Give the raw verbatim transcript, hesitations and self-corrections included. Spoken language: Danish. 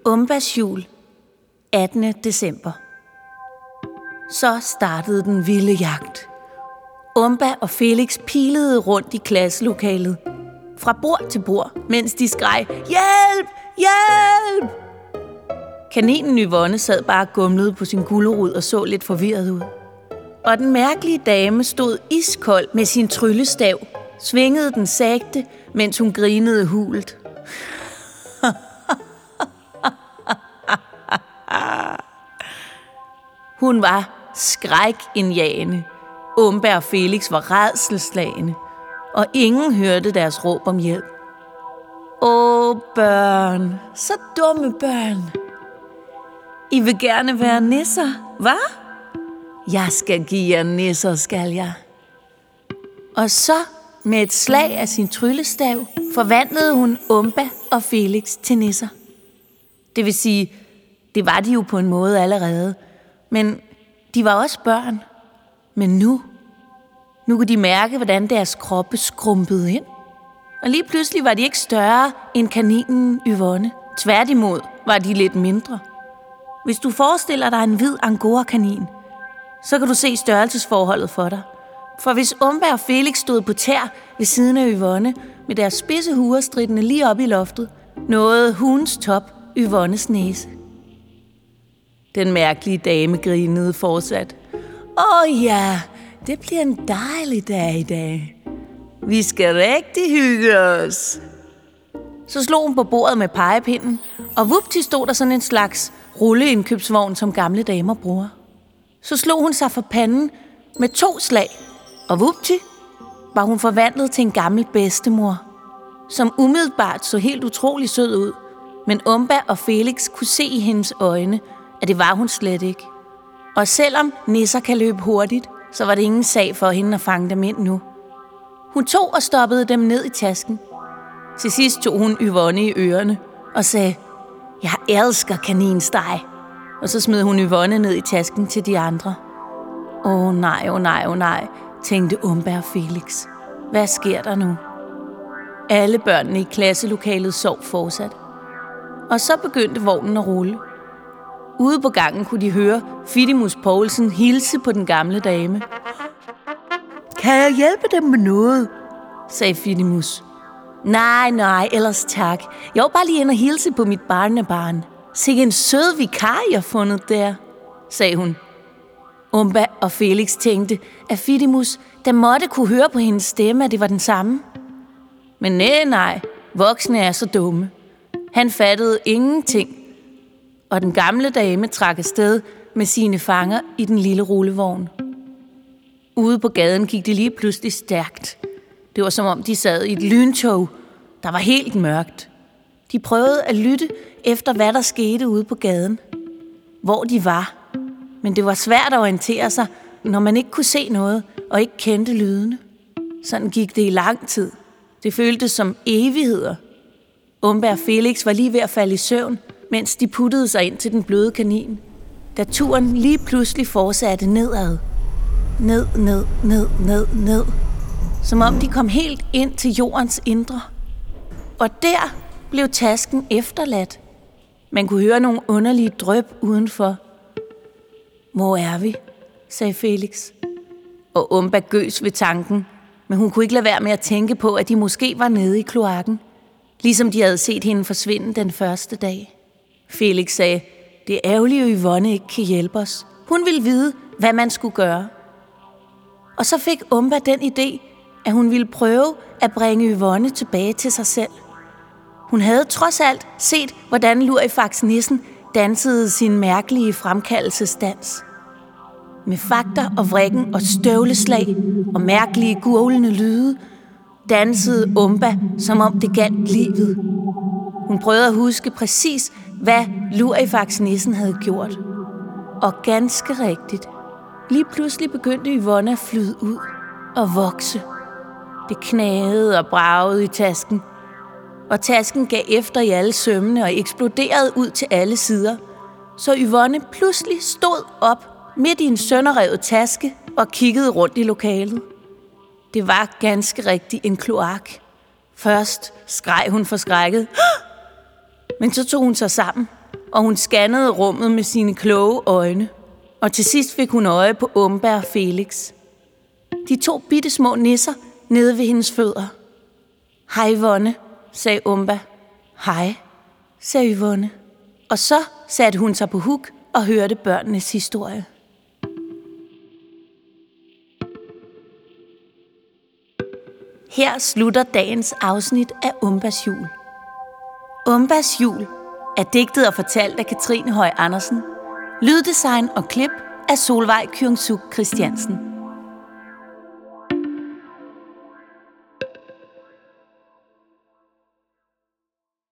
Umbas jul, attende december. Så startede den vilde jagt. Umba og Felix pilede rundt i klasselokalet, fra bord til bord, mens de skreg, hjælp, hjælp! Kaninen Yvonne sad bare gumlede på sin gulerod og så lidt forvirret ud. Og den mærkelige dame stod iskold med sin tryllestav, svingede den sagte, mens hun grinede hult. Hun var skrækindjagende. Umba og Felix var rædselsslagne, og ingen hørte deres råb om hjælp. Åh, børn, så dumme børn. I vil gerne være nisser, hva? Jeg skal give jer nisser, skal jeg. Og så, med et slag af sin tryllestav, forvandlede hun Umba og Felix til nisser. Det vil sige, det var de jo på en måde allerede, men de var også børn. Men nu, nu kunne de mærke, hvordan deres kroppe skrumpede ind. Og lige pludselig var de ikke større end kaninen Yvonne. Tværtimod var de lidt mindre. Hvis du forestiller dig en hvid angora-kanin, så kan du se størrelsesforholdet for dig. For hvis Umba og Felix stod på tær ved siden af Yvonne, med deres spidse huer strittende lige op i loftet, nåede huns top Yvonnes næse. Den mærkelige dame grinede fortsat. Åh oh ja, det bliver en dejlig dag i dag. Vi skal rigtig hygge os. Så slog hun på bordet med pegepinden, og vupti stod der sådan en slags rulleindkøbsvogn, som gamle damer bruger. Så slog hun sig for panden med to slag, og vupti var hun forvandlet til en gammel bedstemor, som umiddelbart så helt utrolig sød ud, men Umba og Felix kunne se i hendes øjne, at det var hun slet ikke. Og selvom nisser kan løbe hurtigt, så var det ingen sag for hende at fange dem ind nu. Hun tog og stoppede dem ned i tasken. Til sidst tog hun Yvonne i ørerne og sagde, jeg elsker kaninsteg. Og så smed hun Yvonne ned i tasken til de andre. Åh nej, åh nej, åh nej, tænkte Umba og Felix. Hvad sker der nu? Alle børnene i klasselokalet sov fortsat. Og så begyndte vognen at rulle. Ude på gangen kunne de høre Fidimus Poulsen hilse på den gamle dame. Kan jeg hjælpe dem med noget? Sagde Fidimus. Nej, nej, ellers tak. Jeg var bare lige inde og hilse på mit barnebarn. Sikke en sød vikar, jeg har fundet der, sagde hun. Umba og Felix tænkte, at Fidimus, der måtte kunne høre på hendes stemme, at det var den samme. Men nej, nej, voksne er så dumme. Han fattede ingenting. Og den gamle dame trak afsted med sine fanger i den lille rullevogn. Ude på gaden gik det lige pludselig stærkt. Det var som om, de sad i et lyntog, der var helt mørkt. De prøvede at lytte efter, hvad der skete ude på gaden. Hvor de var. Men det var svært at orientere sig, når man ikke kunne se noget og ikke kendte lydene. Sådan gik det i lang tid. Det føltes som evigheder. Umba og Felix var lige ved at falde i søvn, mens de puttede sig ind til den bløde kanin, da turen lige pludselig fortsatte nedad. Ned, ned, ned, ned, ned. Som om de kom helt ind til jordens indre. Og der blev tasken efterladt. Man kunne høre nogle underlige dryp udenfor. Hvor er vi? Sagde Felix. Og Umba gøs ved tanken, men hun kunne ikke lade være med at tænke på, at de måske var nede i kloakken, ligesom de havde set hende forsvinde den første dag. Felix sagde, det er ærgerligt, at Yvonne ikke kan hjælpe os. Hun ville vide, hvad man skulle gøre. Og så fik Umba den idé, at hun ville prøve at bringe Yvonne tilbage til sig selv. Hun havde trods alt set, hvordan Lurifax-nissen dansede sin mærkelige fremkaldelsesdans. Med fakter og vrikken og støvleslag og mærkelige gurglende lyde, dansede Umba, som om det galt livet. Hun prøvede at huske præcis, hvad Lurifax-nissen havde gjort. Og ganske rigtigt. Lige pludselig begyndte Yvonne at flyde ud og vokse. Det knagede og bragede i tasken. Og tasken gav efter i alle sømmene og eksploderede ud til alle sider. Så Yvonne pludselig stod op midt i en sønderrevet taske og kiggede rundt i lokalet. Det var ganske rigtigt en kloak. Først skreg hun forskrækket, men så tog hun sig sammen og hun scannede rummet med sine kloge øjne. Og til sidst fik hun øje på Umba og Felix. De to bitte små nisser nede ved hendes fødder. Hej Yvonne, sagde Umba. Hej, sagde Yvonne. Og så satte hun sig på huk og hørte børnenes historie. Her slutter dagens afsnit af Umbas jul. Umbas jul er digtet og fortalt af Katrine Høj Andersen. Lyddesign og klip af Solvej Kyungsuk Christiansen.